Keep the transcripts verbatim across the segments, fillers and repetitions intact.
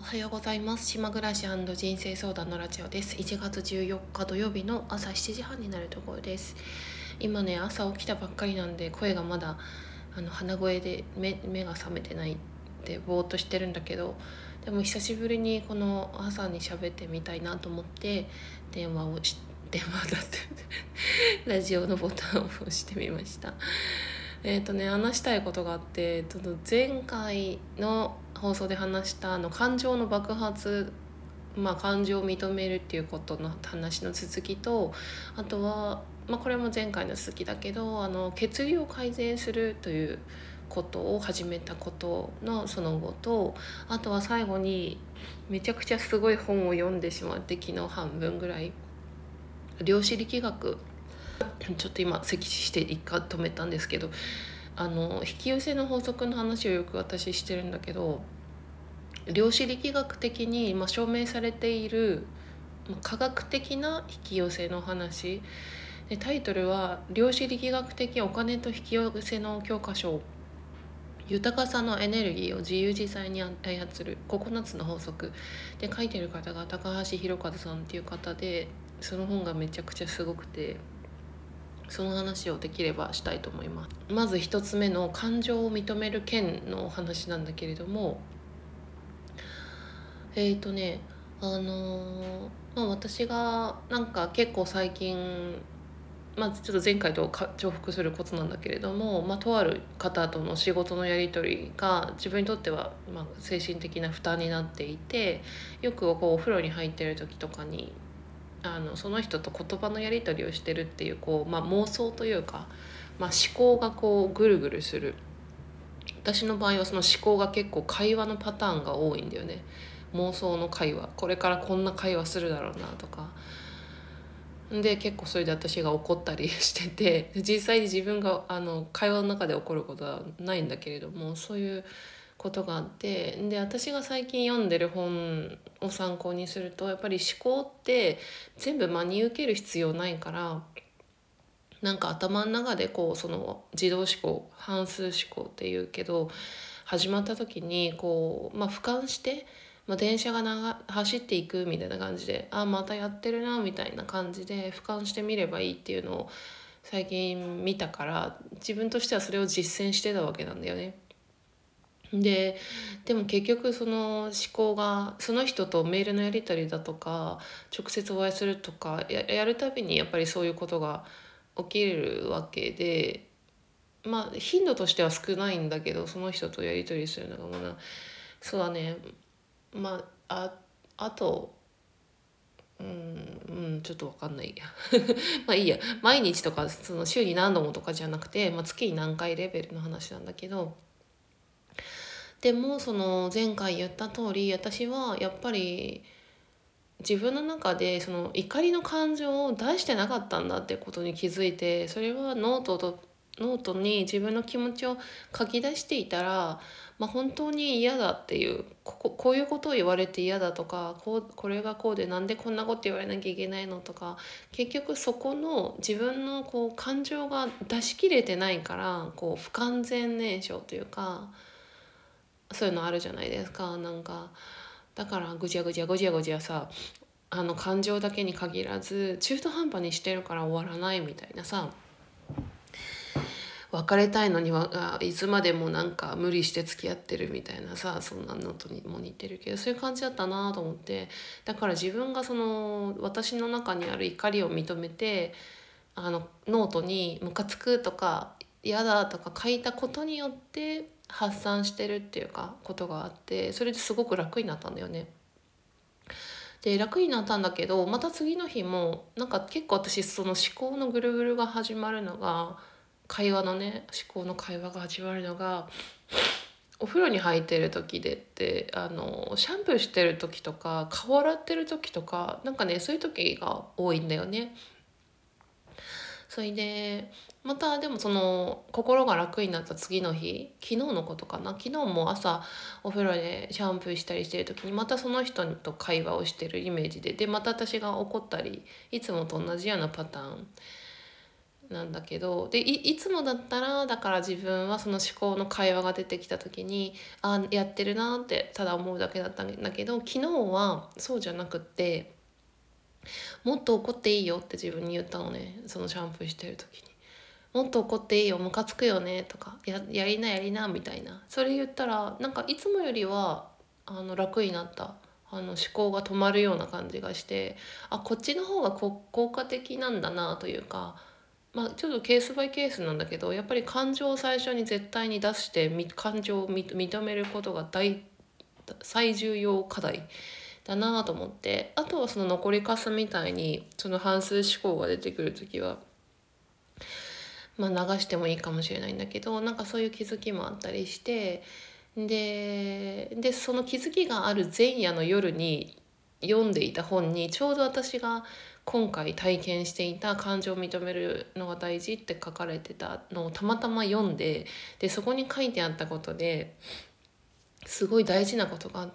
おはようございます。島暮らし人生相談のラジオです。いちがつじゅうよっか土曜日の朝しちじはんになるところです。今ね、朝起きたばっかりなんで声がまだあの鼻声で 目, 目が覚めてないでぼーっとしてるんだけど、でも久しぶりにこの朝に喋ってみたいなと思って電話をし電話だってラジオのボタンを押してみました。えっ、ー、とね話したいことがあって、前回の放送で話したあの感情の爆発、まあ、感情を認めるっていうことの話の続きと、あとは、まあ、これも前回の続きだけど、あの血流を改善するということを始めたことのその後と、あとは最後にめちゃくちゃすごい本を読んでしまって、昨日半分ぐらい量子力学、ちょっと今咳して一回止めたんですけど、あの引き寄せの法則の話をよく私してるんだけど、量子力学的に今証明されている科学的な引き寄せの話で、タイトルは量子力学的お金と引き寄せの教科書、豊かさのエネルギーを自由自在に操るここなつの法則で、書いてる方が高橋弘和さんっていう方で、その本がめちゃくちゃすごくて、その話をできればしたいと思います。まず一つ目の感情を認める件のお話なんだけれども、えっ、ー、とねあのーまあ、私がなんか結構最近、まあ、ちょっと前回と重複することなんだけれども、まあ、とある方との仕事のやり取りが自分にとってはまあ精神的な負担になっていて、よくこうお風呂に入ってる時とかにあのその人と言葉のやり取りをしてるっていう、こう、まあ、妄想というか、まあ、思考がこうぐるぐるする。私の場合はその思考が結構会話のパターンが多いんだよね。妄想の会話、これからこんな会話するだろうなとかで、結構それで私が怒ったりしてて、実際に自分があの会話の中で起こることはないんだけれども、そういうことがあって、で私が最近読んでる本を参考にすると、やっぱり思考って全部真に受ける必要ないから、なんか頭の中でこうその自動思考、反数思考っていうけど、始まった時にこう、まあ、俯瞰して、まあ、電車が長走っていくみたいな感じで、あまたやってるなみたいな感じで俯瞰してみればいいっていうのを最近見たから、自分としてはそれを実践してたわけなんだよね。ででも結局その思考が、その人とメールのやり取りだとか直接お会いするとか や, やるたびにやっぱりそういうことが起きるわけで、まあ頻度としては少ないんだけど、その人とやり取りするのがまだそうだね、まあああとうんうんちょっと分かんないやまあいいや、毎日とかその週に何度もとかじゃなくて、まあ、月に何回レベルの話なんだけど、でもその前回言った通り、私はやっぱり自分の中でその怒りの感情を出してなかったんだってことに気づいて、それはノートとノートに自分の気持ちを書き出していたら、まあ、本当に嫌だっていう、こここういうことを言われて嫌だとか、こうこれがこうでなんでこんなこと言われなきゃいけないのとか、結局そこの自分のこう感情が出し切れてないから、こう不完全燃焼というか、そういうのあるじゃないですか。なんかだからぐちゃぐちゃぐちゃぐちゃさ、あの感情だけに限らず中途半端にしてるから終わらないみたいなさ、別れたいのにはいつまでもなんか無理して付き合ってるみたいなさ、そんなのとも似てるけど、そういう感じだったなと思って、だから自分がその私の中にある怒りを認めて、あのノートにムカつくとか嫌だとか書いたことによって発散してるっていうかことがあって、それですごく楽になったんだよね。で楽になったんだけど、また次の日もなんか結構私その思考のぐるぐるが始まるのが、会話のね思考の会話が始まるのがお風呂に入ってる時でって、あのシャンプーしてる時とか顔洗ってる時とか、なんかねそういう時が多いんだよね。それでまたでもその心が楽になった次の日、昨日のことかな、昨日も朝お風呂でシャンプーしたりしてる時にまたその人と会話をしてるイメージで、でまた私が怒ったり、いつもと同じようなパターンなんだけど、で い, いつもだったらだから自分はその思考の会話が出てきた時にあやってるなってただ思うだけだったんだけど、昨日はそうじゃなくって、もっと怒っていいよって自分に言ったのね。そのシャンプーしてる時にもっと怒っていいよムカつくよねとか、ややりなやりなみたいな、それ言ったらなんかいつもよりはあの楽になった。あの思考が止まるような感じがして、あこっちの方がこ効果的なんだなというか、まあちょっとケースバイケースなんだけど、やっぱり感情を最初に絶対に出してみ感情をみ認めることが大最重要課題だなと思って、あとはその残りかすみたいにその反数思考が出てくる時はまあ流してもいいかもしれないんだけど、なんかそういう気づきもあったりして、ででその気づきがある前夜の夜に読んでいた本にちょうど私が今回体験していた感情を認めるのが大事って書かれてたのをたまたま読んで、でそこに書いてあったことですごい大事なことがあって、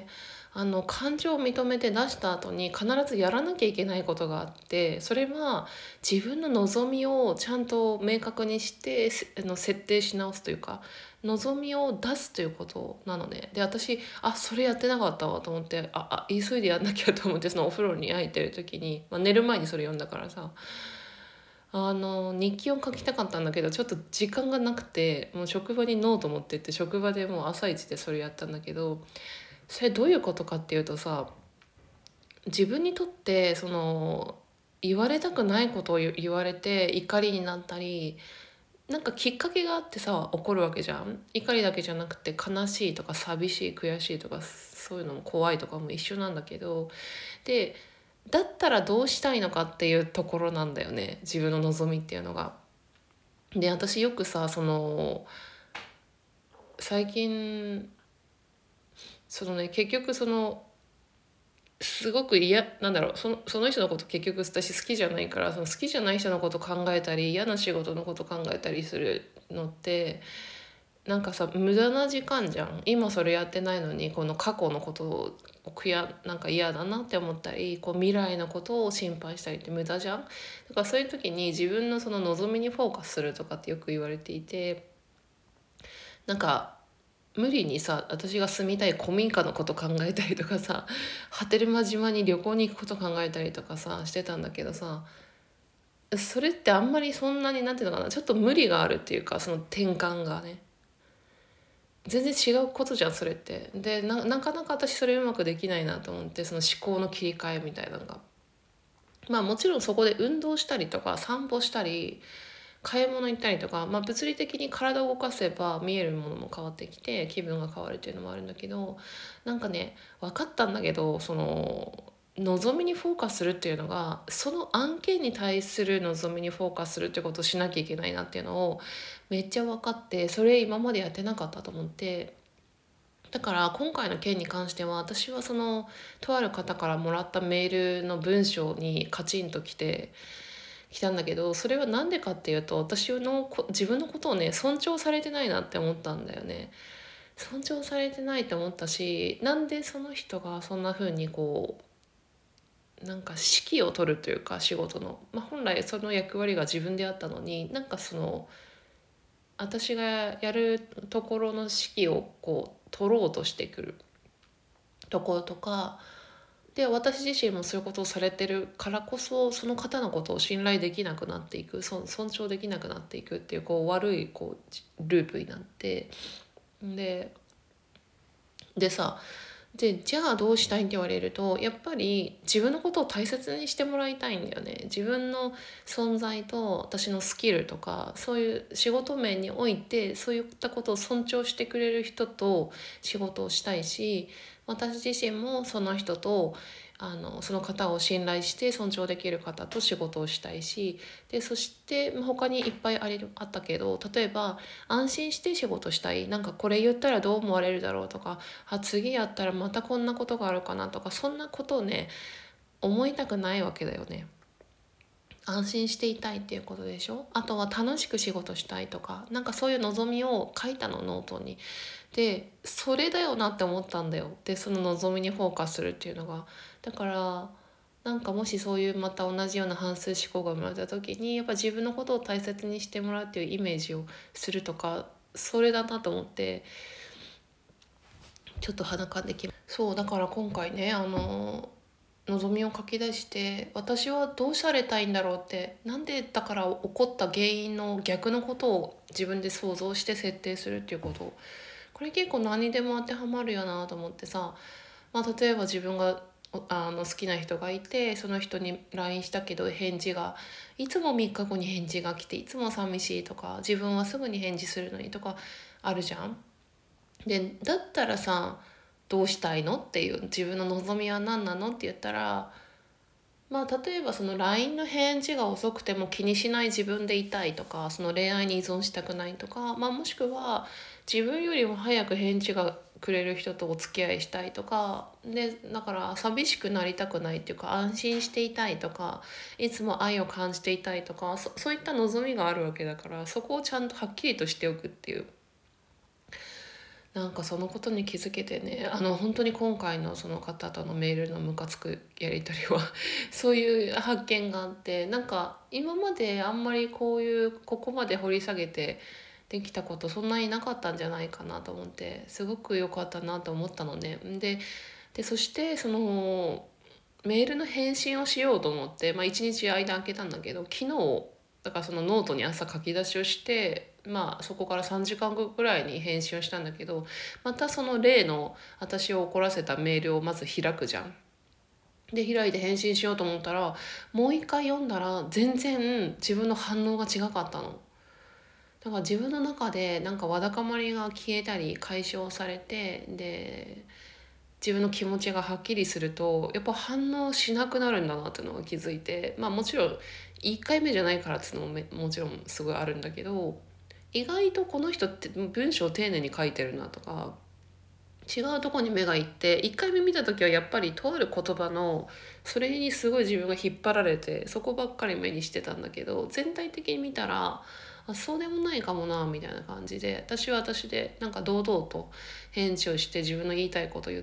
あの感情を認めて出した後に必ずやらなきゃいけないことがあって、それは自分の望みをちゃんと明確にしてあの設定し直すというか、望みを出すということなのね。で私あそれやってなかったわと思って、ああ急いでやんなきゃと思って、そのお風呂に入ってる時に、まあ、寝る前にそれ読んだからさ、あの日記を書きたかったんだけどちょっと時間がなくて、もう職場にノート持ってって職場でもう朝一でそれやったんだけど、それどういうことかっていうとさ、自分にとってその言われたくないことを言われて怒りになったり、なんかきっかけがあってさ怒るわけじゃん。怒りだけじゃなくて悲しいとか寂しい悔しいとかそういうのも怖いとかも一緒なんだけど、でだったらどうしたいのかっていうところなんだよね、自分の望みっていうのが。で私よくさその最近そのね結局そのすごく嫌なんだろう、そのその人のこと結局私好きじゃないから、その好きじゃない人のこと考えたり嫌な仕事のこと考えたりするのってなんかさ無駄な時間じゃん。今それやってないのにこの過去のことを悔やなんか嫌だなって思ったり、こう未来のことを心配したりって無駄じゃん。だからそういう時に自分のその望みにフォーカスするとかってよく言われていて、なんか無理にさ私が住みたい古民家のこと考えたりとかさ、波照間島に旅行に行くこと考えたりとかさしてたんだけどさ、それってあんまりそんなになんていうのかな、ちょっと無理があるっていうか、その転換がね全然違うことじゃんそれって。で な, なかなか私それうまくできないなと思って、その思考の切り替えみたいなのが、まあもちろんそこで運動したりとか散歩したり買い物行ったりとか、まあ、物理的に体を動かせば見えるものも変わってきて気分が変わるっていうのもあるんだけど、なんかね分かったんだけど、その望みにフォーカスするっていうのがその案件に対する望みにフォーカスするってことをしなきゃいけないなっていうのをめっちゃ分かって、それ今までやってなかったと思って、だから今回の件に関しては私はそのとある方からもらったメールの文章にカチンときて来たんだけど、それは何でかっていうと私のこ自分のことをね尊重されてないなって思ったんだよね。尊重されてないって思ったし、なんでその人がそんな風にこうなんか指揮を取るというか仕事の、まあ、本来その役割が自分であったのに、なんかその私がやるところの指揮をこう取ろうとしてくるところとかで、私自身もそういうことをされてるからこそその方のことを信頼できなくなっていく、そ尊重できなくなっていくっていう、こう悪いこうループになって、ででさでじゃあどうしたいって言われると、やっぱり自分のことを大切にしてもらいたいんだよね。自分の存在と私のスキルとかそういう仕事面においてそういったことを尊重してくれる人と仕事をしたいし、私自身もその人とあのその方を信頼して尊重できる方と仕事をしたいし、でそしてまあ他にいっぱいありあったけど、例えば安心して仕事したい、なんかこれ言ったらどう思われるだろうとか、あ次やったらまたこんなことがあるかなとか、そんなことをね思いたくないわけだよね。安心していたいっていうことでしょ。あとは楽しく仕事したいとか、なんかそういう望みを書いたのノートに。でそれだよなって思ったんだよ。でその望みにフォーカスするっていうのが、だからなんかもしそういうまた同じような反数思考が生まれた時にやっぱ自分のことを大切にしてもらうっていうイメージをするとか、それだなと思ってちょっと鼻かんできます。そうだから今回ね、あの望みを書き出して、私はどうされたいんだろうって、なんでだから起こった原因の逆のことを自分で想像して設定するっていうこと、これ結構何にでも当てはまるよなと思ってさ、まあ、例えば自分があの好きな人がいて、その人に ライン したけど返事がいつもみっかごに返事が来て、いつも寂しいとか、自分はすぐに返事するのにとかあるじゃん。でだったらさ、どうしたいのっていう、自分の望みは何なのって言ったら、まあ例えばその ライン の返事が遅くても気にしない自分でいたいとか、その恋愛に依存したくないとか、まあ、もしくは自分よりも早く返事がくれる人とお付き合いしたいとかで、だから寂しくなりたくないっていうか、安心していたいとか、いつも愛を感じていたいとか、そそういった望みがあるわけだから、そこをちゃんとはっきりとしておくっていう、なんかそのことに気づけてね、あの本当に今回のその方とのメールのムカつくやり取りはそういう発見があって、なんか今まであんまりこういうここまで掘り下げてできたことそんなになかったんじゃないかなと思って、すごく良かったなと思ったのね。ででそしてそのメールの返信をしようと思って、まあ、いちにち間空けたんだけど、昨日だからそのノートに朝書き出しをして、まあ、そこからさんじかんごぐらいに返信をしたんだけど、またその例の私を怒らせたメールをまず開くじゃん。で開いて返信しようと思ったら、もう一回読んだら全然自分の反応が違かったの。だから自分の中でなんかわだかまりが消えたり解消されて、で自分の気持ちがはっきりするとやっぱ反応しなくなるんだなっていうのが気づいて、まあもちろんいっかいめじゃないからっていうのもめもちろんすごいあるんだけど、意外とこの人って文章を丁寧に書いてるなとか、違うとこに目がいって、いっかいめ見た時はやっぱりとある言葉のそれにすごい自分が引っ張られて、そこばっかり目にしてたんだけど、全体的に見たらあそうでもないかもなみたいな感じで、私は私でなんか堂々と返事をして自分の言いたいこと言って、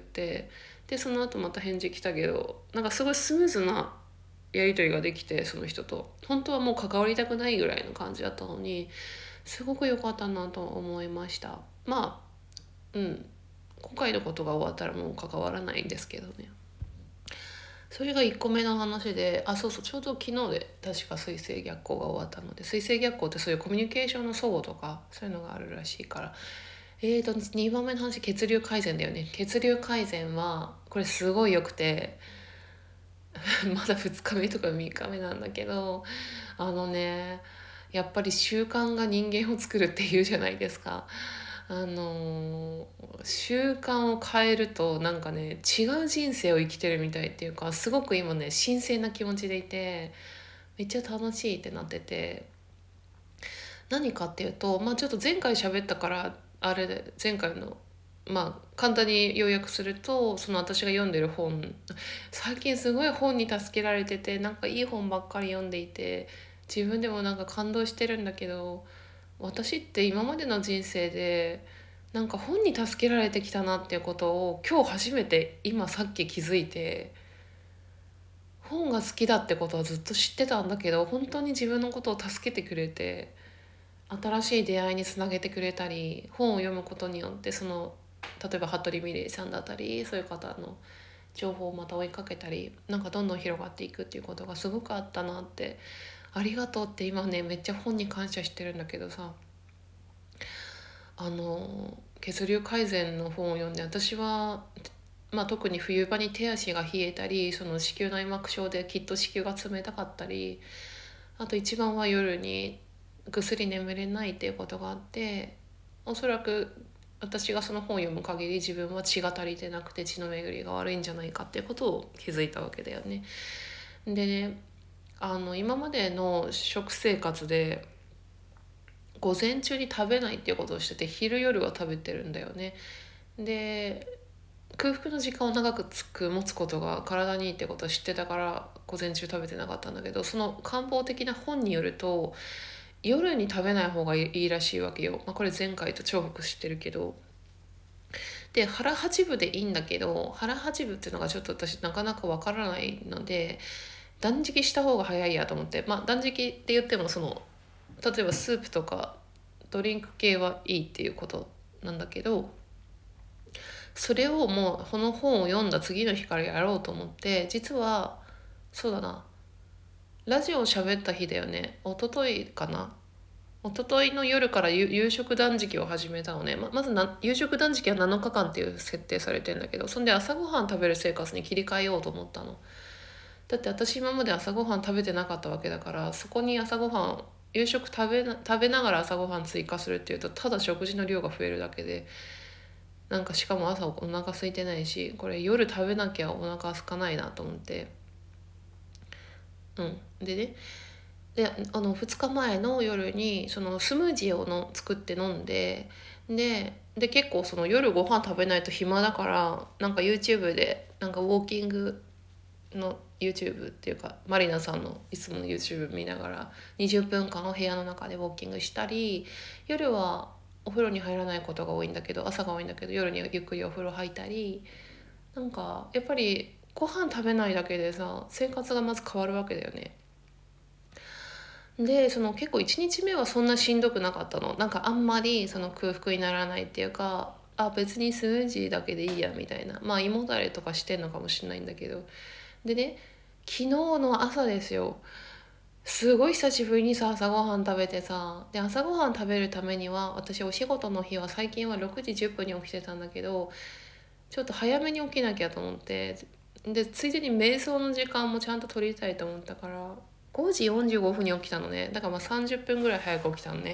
でその後また返事来たけど、なんかすごいスムーズなやり取りができて、その人と本当はもう関わりたくないぐらいの感じだったのに、すごく良かったなと思いました。まあうん今回のことが終わったらもう関わらないんですけどね。それがいっこめの話で、あそうそう、ちょうど昨日で確か水星逆行が終わったので、水星逆行ってそういうコミュニケーションの齟齬とかそういうのがあるらしいから、えーとにばんめの話、血流改善だよね。血流改善はこれすごい良くてまだふつかめとかみっかめなんだけど、あのねやっぱり習慣が人間を作るっていうじゃないですか。あの習慣を変えるとなんかね違う人生を生きてるみたいっていうか、すごく今ね新鮮な気持ちでいて、めっちゃ楽しいってなってて、何かっていうと、まあちょっと前回喋ったからあれで、前回のまあ簡単に要約すると、その私が読んでる本、最近すごい本に助けられてて、なんかいい本ばっかり読んでいて、自分でもなんか感動してるんだけど、私って今までの人生でなんか本に助けられてきたなっていうことを今日初めて今さっき気づいて、本が好きだってことはずっと知ってたんだけど、本当に自分のことを助けてくれて、新しい出会いにつなげてくれたり、本を読むことによってその例えば服部美玲さんだったり、そういう方の情報をまた追いかけたり、なんかどんどん広がっていくっていうことがすごくあったなって、ありがとうって今ねめっちゃ本に感謝してるんだけどさ、あの血流改善の本を読んで、私は、まあ、特に冬場に手足が冷えたり、その子宮内膜症できっと子宮が冷たかったり、あと一番は夜にぐっすり眠れないっていうことがあって、おそらく私がその本を読む限り自分は血が足りてなくて血の巡りが悪いんじゃないかっていうことを気づいたわけだよね。でね、あの今までの食生活で午前中に食べないっていうことをしてて、昼夜は食べてるんだよね。で空腹の時間を長くつく持つことが体にいいってことを知ってたから午前中食べてなかったんだけど、その漢方的な本によると夜に食べない方がいいらしいわけよ。まあ、これ前回と重複してるけど、 で腹八分でいいんだけど、腹八分っていうのがちょっと私なかなかわからないので、断食した方が早いやと思って、まあ断食って言ってもその例えばスープとかドリンク系はいいっていうことなんだけど、それをもうこの本を読んだ次の日からやろうと思って、実はそうだな、ラジオを喋った日だよね、一昨日かな、一昨日の夜から夕食断食を始めたのね。ままずな夕食断食はなのかかんっていう設定されてんだけど、そんで朝ごはん食べる生活に切り替えようと思ったの。だって私今まで朝ごはん食べてなかったわけだから、そこに朝ごはん夕食食べな食べながら朝ごはん追加するっていうと、ただ食事の量が増えるだけで、なんかしかも朝お腹空いてないし、これ夜食べなきゃお腹空かないなと思って。うんでね、であのふつかまえの夜にそのスムージーをの作って飲んで、でで結構その夜ご飯食べないと暇だから、なんか YouTube でなんかウォーキングの YouTube っていうか、マリナさんのいつもの YouTube 見ながらにじゅっぷんかんを部屋の中でウォーキングしたり、夜はお風呂に入らないことが多いんだけど、朝が多いんだけど夜にゆっくりお風呂入ったり、なんかやっぱりご飯食べないだけでさ、生活がまず変わるわけだよね。でその結構いちにちめはそんなしんどくなかったの。なんかあんまりその空腹にならないっていうか、あ別にスムージーだけでいいやみたいな、まあ胃もたれとかしてんのかもしれないんだけど。でね、昨日の朝ですよ、すごい久しぶりにさ朝ごはん食べてさ、で朝ごはん食べるためには、私お仕事の日は最近はろくじじゅっぷんに起きてたんだけど、ちょっと早めに起きなきゃと思って、でついでに瞑想の時間もちゃんと取りたいと思ったからごじよんじゅうごふんに起きたのね。だからまあさんじゅっぷんぐらい早く起きたのね。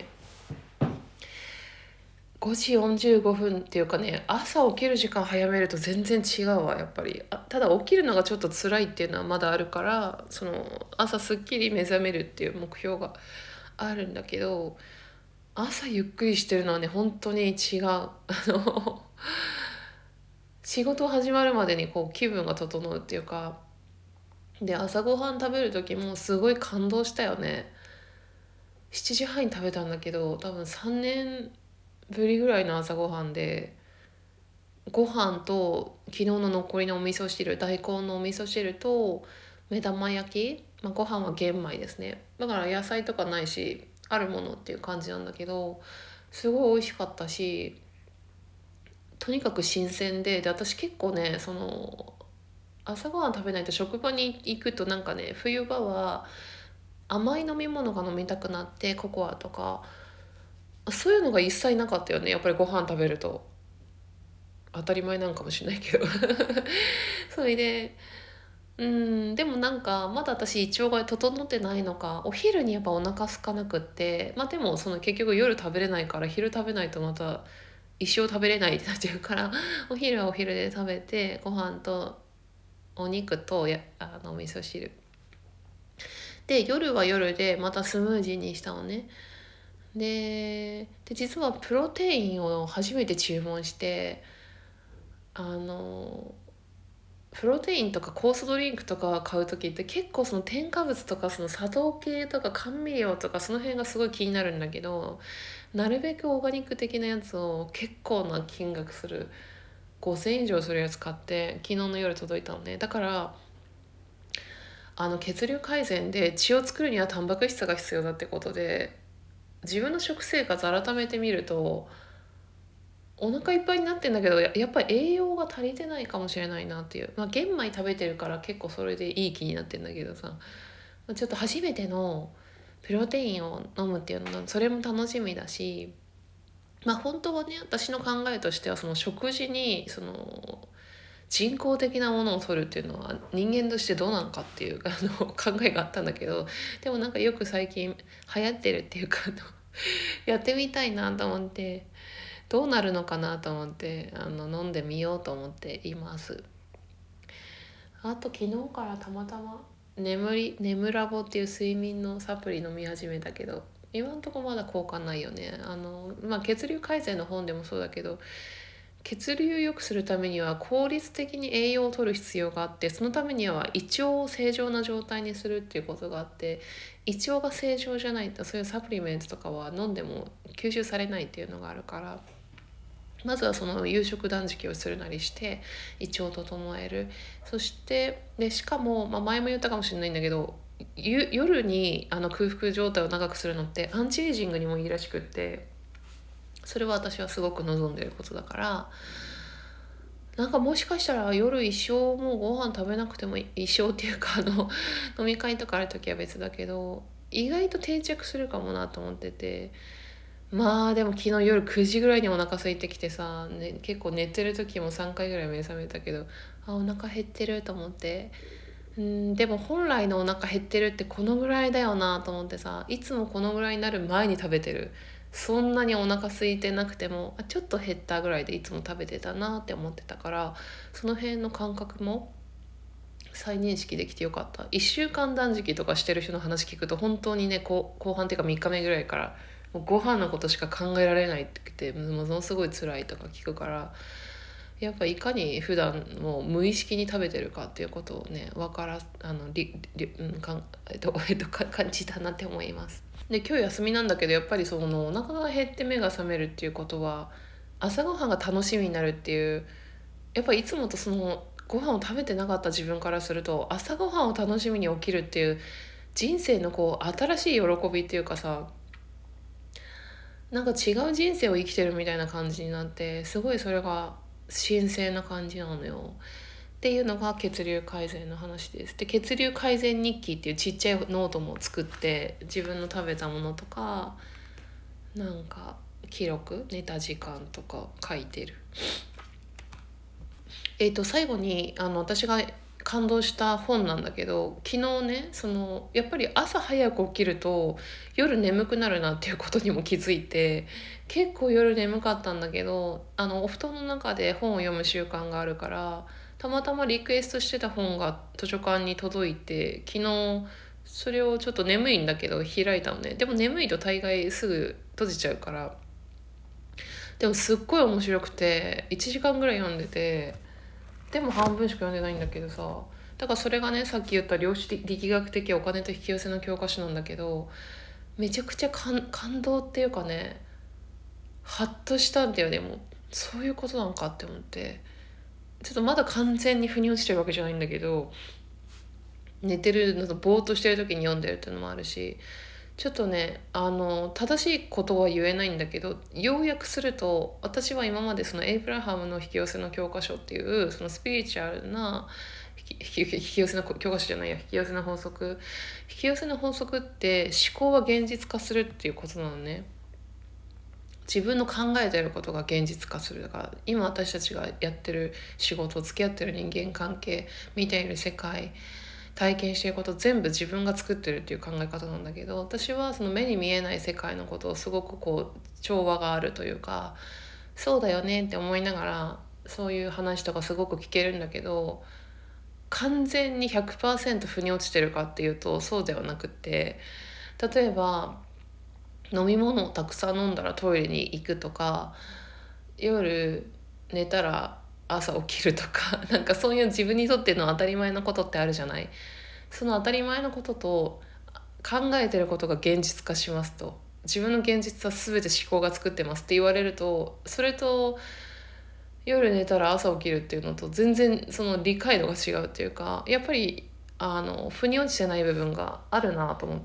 ごじよんじゅうごふんっていうかね、朝起きる時間早めると全然違うわやっぱり。あただ起きるのがちょっと辛いっていうのはまだあるから、その朝すっきり目覚めるっていう目標があるんだけど、朝ゆっくりしてるのはね本当に違う。あの仕事始まるまでにこう気分が整うっていうか、で朝ごはん食べる時もすごい感動したよね。しちじはんに食べたんだけど、多分さんねんぶりぐらいの朝ごはんで、ご飯と昨日の残りのお味噌汁、大根のお味噌汁と目玉焼き、まあ、ご飯は玄米ですね。だから野菜とかないしあるものっていう感じなんだけど、すごい美味しかったし、とにかく新鮮で、で私結構ねその朝ごはん食べないと職場に行くとなんかね、冬場は甘い飲み物が飲みたくなって、ココアとかそういうのが一切なかったよね、やっぱりご飯食べると。当たり前なんかもしれないけどそれでうんでもなんかまだ私胃腸が整ってないのか、お昼にやっぱお腹空かなくって、まあでもその結局夜食べれないから、昼食べないとまた一生食べれないってなっちゃうから、お昼はお昼で食べて、ご飯とお肉とやあのお味噌汁で、夜は夜でまたスムージーにしたのね。でで実はプロテインを初めて注文して、あのプロテインとか酵素ドリンクとか買う時って結構その添加物とかその砂糖系とか甘味料とかその辺がすごい気になるんだけど、なるべくオーガニック的なやつを結構な金額するごせんえん以上するやつ買って昨日の夜届いたのね。だからあの血流改善で血を作るにはタンパク質が必要だってことで、自分の食生活改めてみるとお腹いっぱいになってんだけど、ややっぱり栄養が足りてないかもしれないなっていう、まあ玄米食べてるから結構それでいい気になってんだけどさ、ちょっと初めてのプロテインを飲むっていうのがそれも楽しみだし、まあ本当はね私の考えとしてはその食事にその人工的なものを取るっていうのは人間としてどうなのかっていうあの考えがあったんだけど、でもなんかよく最近流行ってるっていうかあのやってみたいなと思って、どうなるのかなと思ってあの飲んでみようと思っています。あと昨日からたまたま眠り眠ラボっていう睡眠のサプリ飲み始めたけど、今んとこまだ効果ないよね。あの、まあ、血流改善の本でもそうだけど、血流を良くするためには効率的に栄養を取る必要があって、そのためには胃腸を正常な状態にするっていうことがあって、胃腸が正常じゃないとそういうサプリメントとかは飲んでも吸収されないっていうのがあるから、 まずはその夕食断食をするなりして胃腸を整える。そしてでしかも、まあ、前も言ったかもしれないんだけど、夜にあの空腹状態を長くするのってアンチエイジングにもいいらしくって、それは私はすごく望んでることだから、なんかもしかしたら夜一生もうご飯食べなくても一生っていうかあの飲み会とかある時は別だけど意外と定着するかもなと思ってて。まあでも昨日夜くじぐらいにお腹空いてきてさ、ね、結構寝てる時もさんかいぐらい目覚めたけど、あお腹減ってると思って、うんでも本来のお腹減ってるってこのぐらいだよなと思ってさ、いつもこのぐらいになる前に食べてる。そんなにお腹空いてなくてもあちょっと減ったぐらいでいつも食べてたなって思ってたから、その辺の感覚も再認識できてよかった。いっしゅうかん断食とかしてる人の話聞くと本当にね、こう後半っていうかみっかめぐらいからもうご飯のことしか考えられないって言ってものすごい辛いとか聞くから、やっぱいかに普段もう無意識に食べてるかっていうことをね分からあのりり、うんかんえっとえっと、か感じたなって思います。で今日休みなんだけど、やっぱりそのお腹が減って目が覚めるっていうことは朝ごはんが楽しみになるっていう、やっぱいつもとそのご飯を食べてなかった自分からすると朝ごはんを楽しみに起きるっていう人生のこう新しい喜びっていうかさ、なんか違う人生を生きてるみたいな感じになって、すごいそれが神聖な感じなのよ。っていうのが血流改善の話です。で血流改善日記っていうちっちゃいノートも作って自分の食べたものとかなんか記録寝た時間とか書いてる。えー、と最後にあの私が感動した本なんだけど、昨日ねそのやっぱり朝早く起きると夜眠くなるなっていうことにも気づいて、結構夜眠かったんだけど、あのお布団の中で本を読む習慣があるから、たまたまリクエストしてた本が図書館に届いて、昨日それをちょっと眠いんだけど開いたのね。でも眠いと大概すぐ閉じちゃうから、でもすっごい面白くていちじかんぐらい読んでて、でも半分しか読んでないんだけどさ、だからそれがねさっき言った量子力学的お金と引き寄せの教科書なんだけど、めちゃくちゃ感感動っていうかね、ハッとしたんだよね。もうそういうことなんかって思って、ちょっとまだ完全に腑に落ちてるわけじゃないんだけど、寝てるのとぼーっとしてる時に読んでるっていうのもあるし、ちょっとねあの正しいことは言えないんだけど、要約すると私は今までそのエイブラハムの引き寄せの教科書っていうそのスピリチュアルな引き引き引き寄せの教科書じゃないや引き寄せの法則引き寄せの法則って思考は現実化するっていうことなのね。自分の考えてることが現実化する。だから今私たちがやってる仕事、付き合ってる人間関係、見ている世界、体験していること全部自分が作ってるっていう考え方なんだけど、私はその目に見えない世界のことをすごくこう調和があるというか、そうだよねって思いながらそういう話とかすごく聞けるんだけど、完全にひゃくパーセント腑に落ちてるかっていうとそうではなくって、例えば飲み物をたくさん飲んだらトイレに行くとか、夜寝たら朝起きるとかなんかそういう自分にとっての当たり前のことってあるじゃない。その当たり前のことと考えてることが現実化しますと、自分の現実は全て思考が作ってますって言われると、それと夜寝たら朝起きるっていうのと全然その理解度が違うっていうか、やっぱりあの腑に落ちてない部分があるなと思って、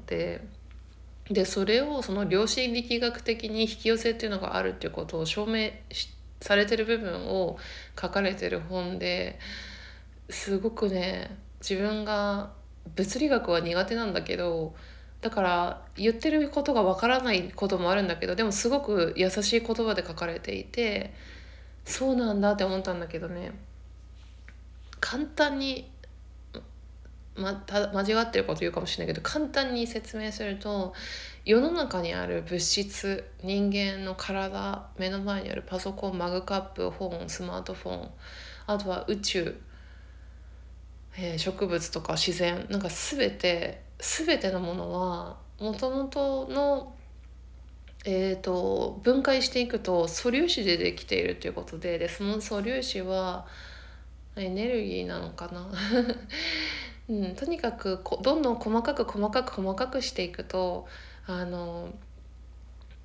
でそれをその量子力学的に引き寄せっていうのがあるっていうことを証明されてる部分を書かれてる本で、すごくね自分が物理学は苦手なんだけど、だから言ってることがわからないこともあるんだけど、でもすごく優しい言葉で書かれていて、そうなんだって思ったんだけどね、簡単に、ま、た間違ってること言うかもしれないけど簡単に説明すると、世の中にある物質、人間の体、目の前にあるパソコン、マグカップ、本、スマートフォン、あとは宇宙、えー植物とか自然、なんか全て全てのものはもともとの、えー、と分解していくと素粒子でできているということで、でその素粒子はエネルギーなのかな、うん、とにかくこどんどん細かく細かく細かくしていくと、あの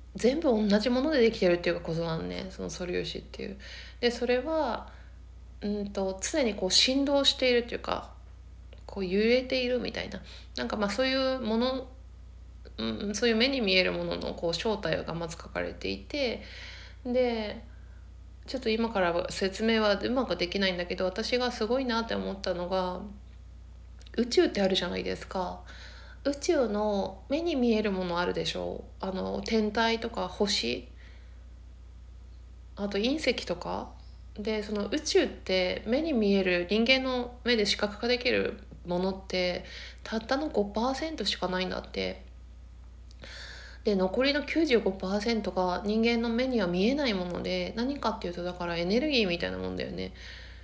全部同じものでできてるっていうことなのね、その素粒子っていう。でそれはうんと常にこう振動しているっていうか、こう揺れているみたいな、なんかまあそういうもの、うん、そういう目に見えるもののこう正体がまず書かれていて、でちょっと今から説明はうまくできないんだけど、私がすごいなって思ったのが、宇宙ってあるじゃないですか。宇宙の目に見えるものあるでしょう。あの天体とか星、あと隕石とかで、その宇宙って目に見える、人間の目で視覚化できるものってたったのごパーセントしかないんだって。で残りのきゅうじゅうごパーセントが人間の目には見えないもので、何かっていうとだからエネルギーみたいなもんだよね。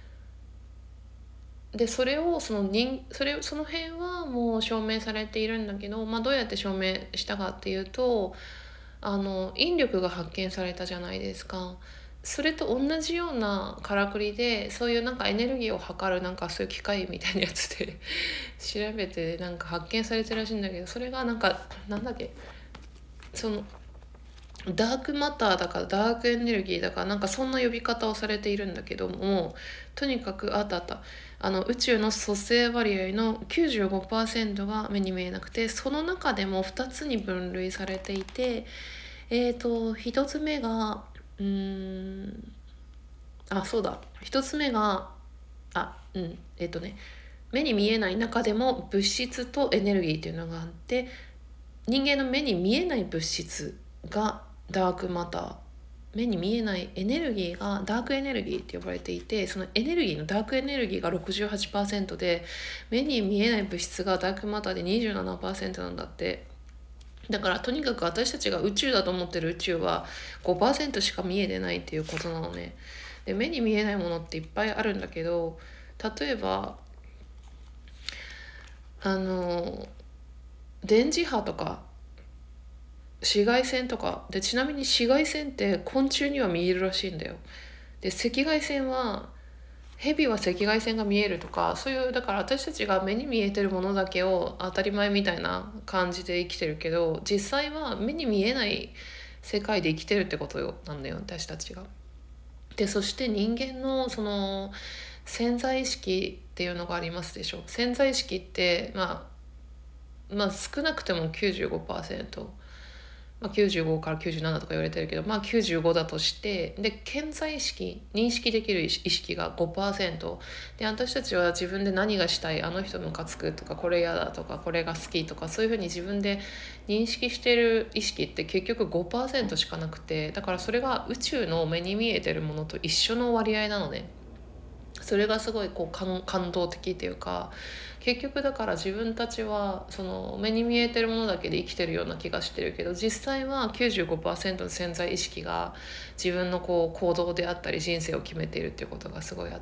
でそれをその人それその辺はもう証明されているんだけど、まあ、どうやって証明したかっていうと、あの引力が発見されたじゃないですか。それと同じようなからくりで、そういうなんかエネルギーを測るなんかそういう機械みたいなやつで調べてなんか発見されてるらしいんだけど、それがなんかなんだっけ、そのダークマターだかダークエネルギーだかなんかそんな呼び方をされているんだけども、とにかくあったあった、あの宇宙の組成割合のきゅうじゅうごパーセントが目に見えなくて、その中でもふたつに分類されていて、えーとひとつめがうーんあそうだひとつめがあうんえっ、ー、とね目に見えない中でも物質とエネルギーっていうのがあって、人間の目に見えない物質がダークマター、目に見えないエネルギーがダークエネルギーって呼ばれていて、そのエネルギーのダークエネルギーが ろくじゅうはちパーセント で、目に見えない物質がダークマターで にじゅうななパーセント なんだって。だからとにかく私たちが宇宙だと思ってる宇宙は ごパーセント しか見えてないっていうことなのね。で目に見えないものっていっぱいあるんだけど、例えばあの電磁波とか紫外線とかで、ちなみに紫外線って昆虫には見えるらしいんだよ。で赤外線は、ヘビは赤外線が見えるとか、そういうだから私たちが目に見えてるものだけを当たり前みたいな感じで生きてるけど、実際は目に見えない世界で生きてるってことよなんだよ私たちが。でそして人間のその潜在意識っていうのがありますでしょ。潜在意識ってまあまあ少なくてもきゅうじゅうごパーセント、まあ、きゅうじゅうごからきゅうじゅうななとか言われてるけど、まあきゅうじゅうごだとして、で潜在意識、認識できる意識が ごパーセント で、私たちは自分で何がしたい、あの人ムカつくとか、これ嫌だとか、これが好きとか、そういうふうに自分で認識してる意識って結局 ごパーセント しかなくて、だからそれが宇宙の目に見えてるものと一緒の割合なのね。それがすごいこう感感動的っていうか、結局だから自分たちはその目に見えてるものだけで生きてるような気がしてるけど、実際は きゅうじゅうごパーセント の潜在意識が自分のこう行動であったり人生を決めているっていうことがすごいあって、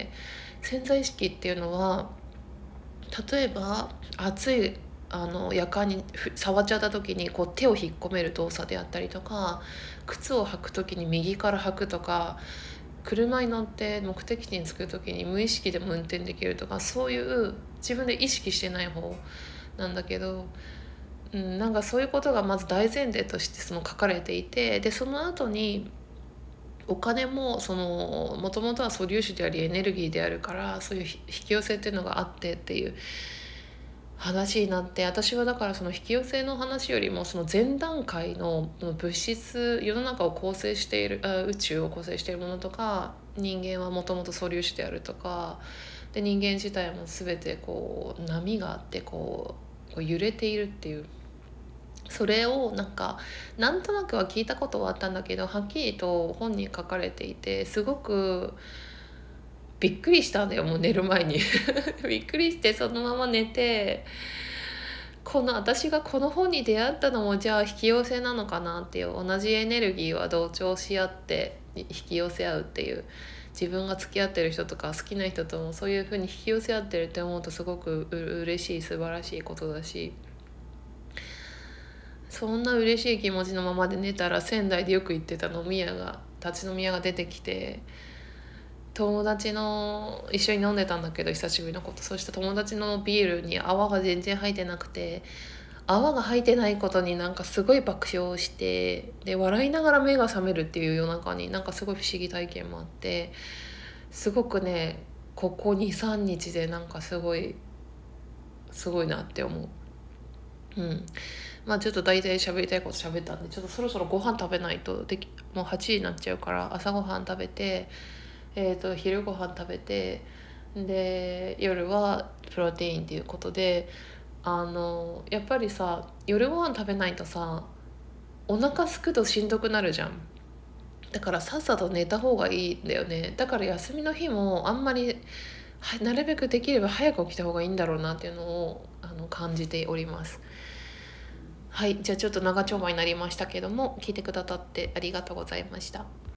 潜在意識っていうのは例えば熱いあのやかんに触っちゃった時にこう手を引っ込める動作であったりとか、靴を履く時に右から履くとか、車に乗って目的地に着く時に無意識でも運転できるとか、そういう自分で意識してない方なんだけど、うん、なんかそういうことがまず大前提としてその書かれていて、でその後にお金もそのもともとは素粒子でありエネルギーであるから、そういう引き寄せっていうのがあってっていう話になって、私はだからその引き寄せの話よりもその前段階の物質、世の中を構成しているあ宇宙を構成しているものとか、人間はもともと素粒子であるとかで、人間自体も全てこう波があってこう揺れているっていう、それをなんかなんとなくは聞いたことはあったんだけど、はっきりと本に書かれていて、すごくびっくりしたんだよ、もう寝る前にびっくりして、そのまま寝て、この私がこの本に出会ったのもじゃあ引き寄せなのかなっていう、同じエネルギーは同調し合って引き寄せ合うっていう、自分が付き合ってる人とか好きな人ともそういう風に引き寄せ合ってるって思うとすごくう嬉しい素晴らしいことだし、そんな嬉しい気持ちのままで寝たら、仙台でよく行ってた飲み屋が立ち飲み屋が出てきて、友達の一緒に飲んでたんだけど久しぶりのこと、そして友達のビールに泡が全然入ってなくて、 泡が入ってないことになんかすごい爆笑をして、で笑いながら目が覚めるっていう夜中になんかすごい不思議体験もあって、すごくねここにさんにちでなんかすごいすごいなって思う。うん。まあちょっと大体喋りたいこと喋ったんで、ちょっとそろそろご飯食べないとできもうはちじになっちゃうから、朝ごはん食べて、えー、と昼ご飯食べて、で夜はプロテインっていうことで、あのやっぱりさ夜ご飯食べないとさお腹すくとしんどくなるじゃん。だからさっさと寝た方がいいんだよね。だから休みの日もあんまりはなるべくできれば早く起きた方がいいんだろうなっていうのをあの感じております。はい、じゃあちょっと長丁場になりましたけども、聞いてくださってありがとうございました。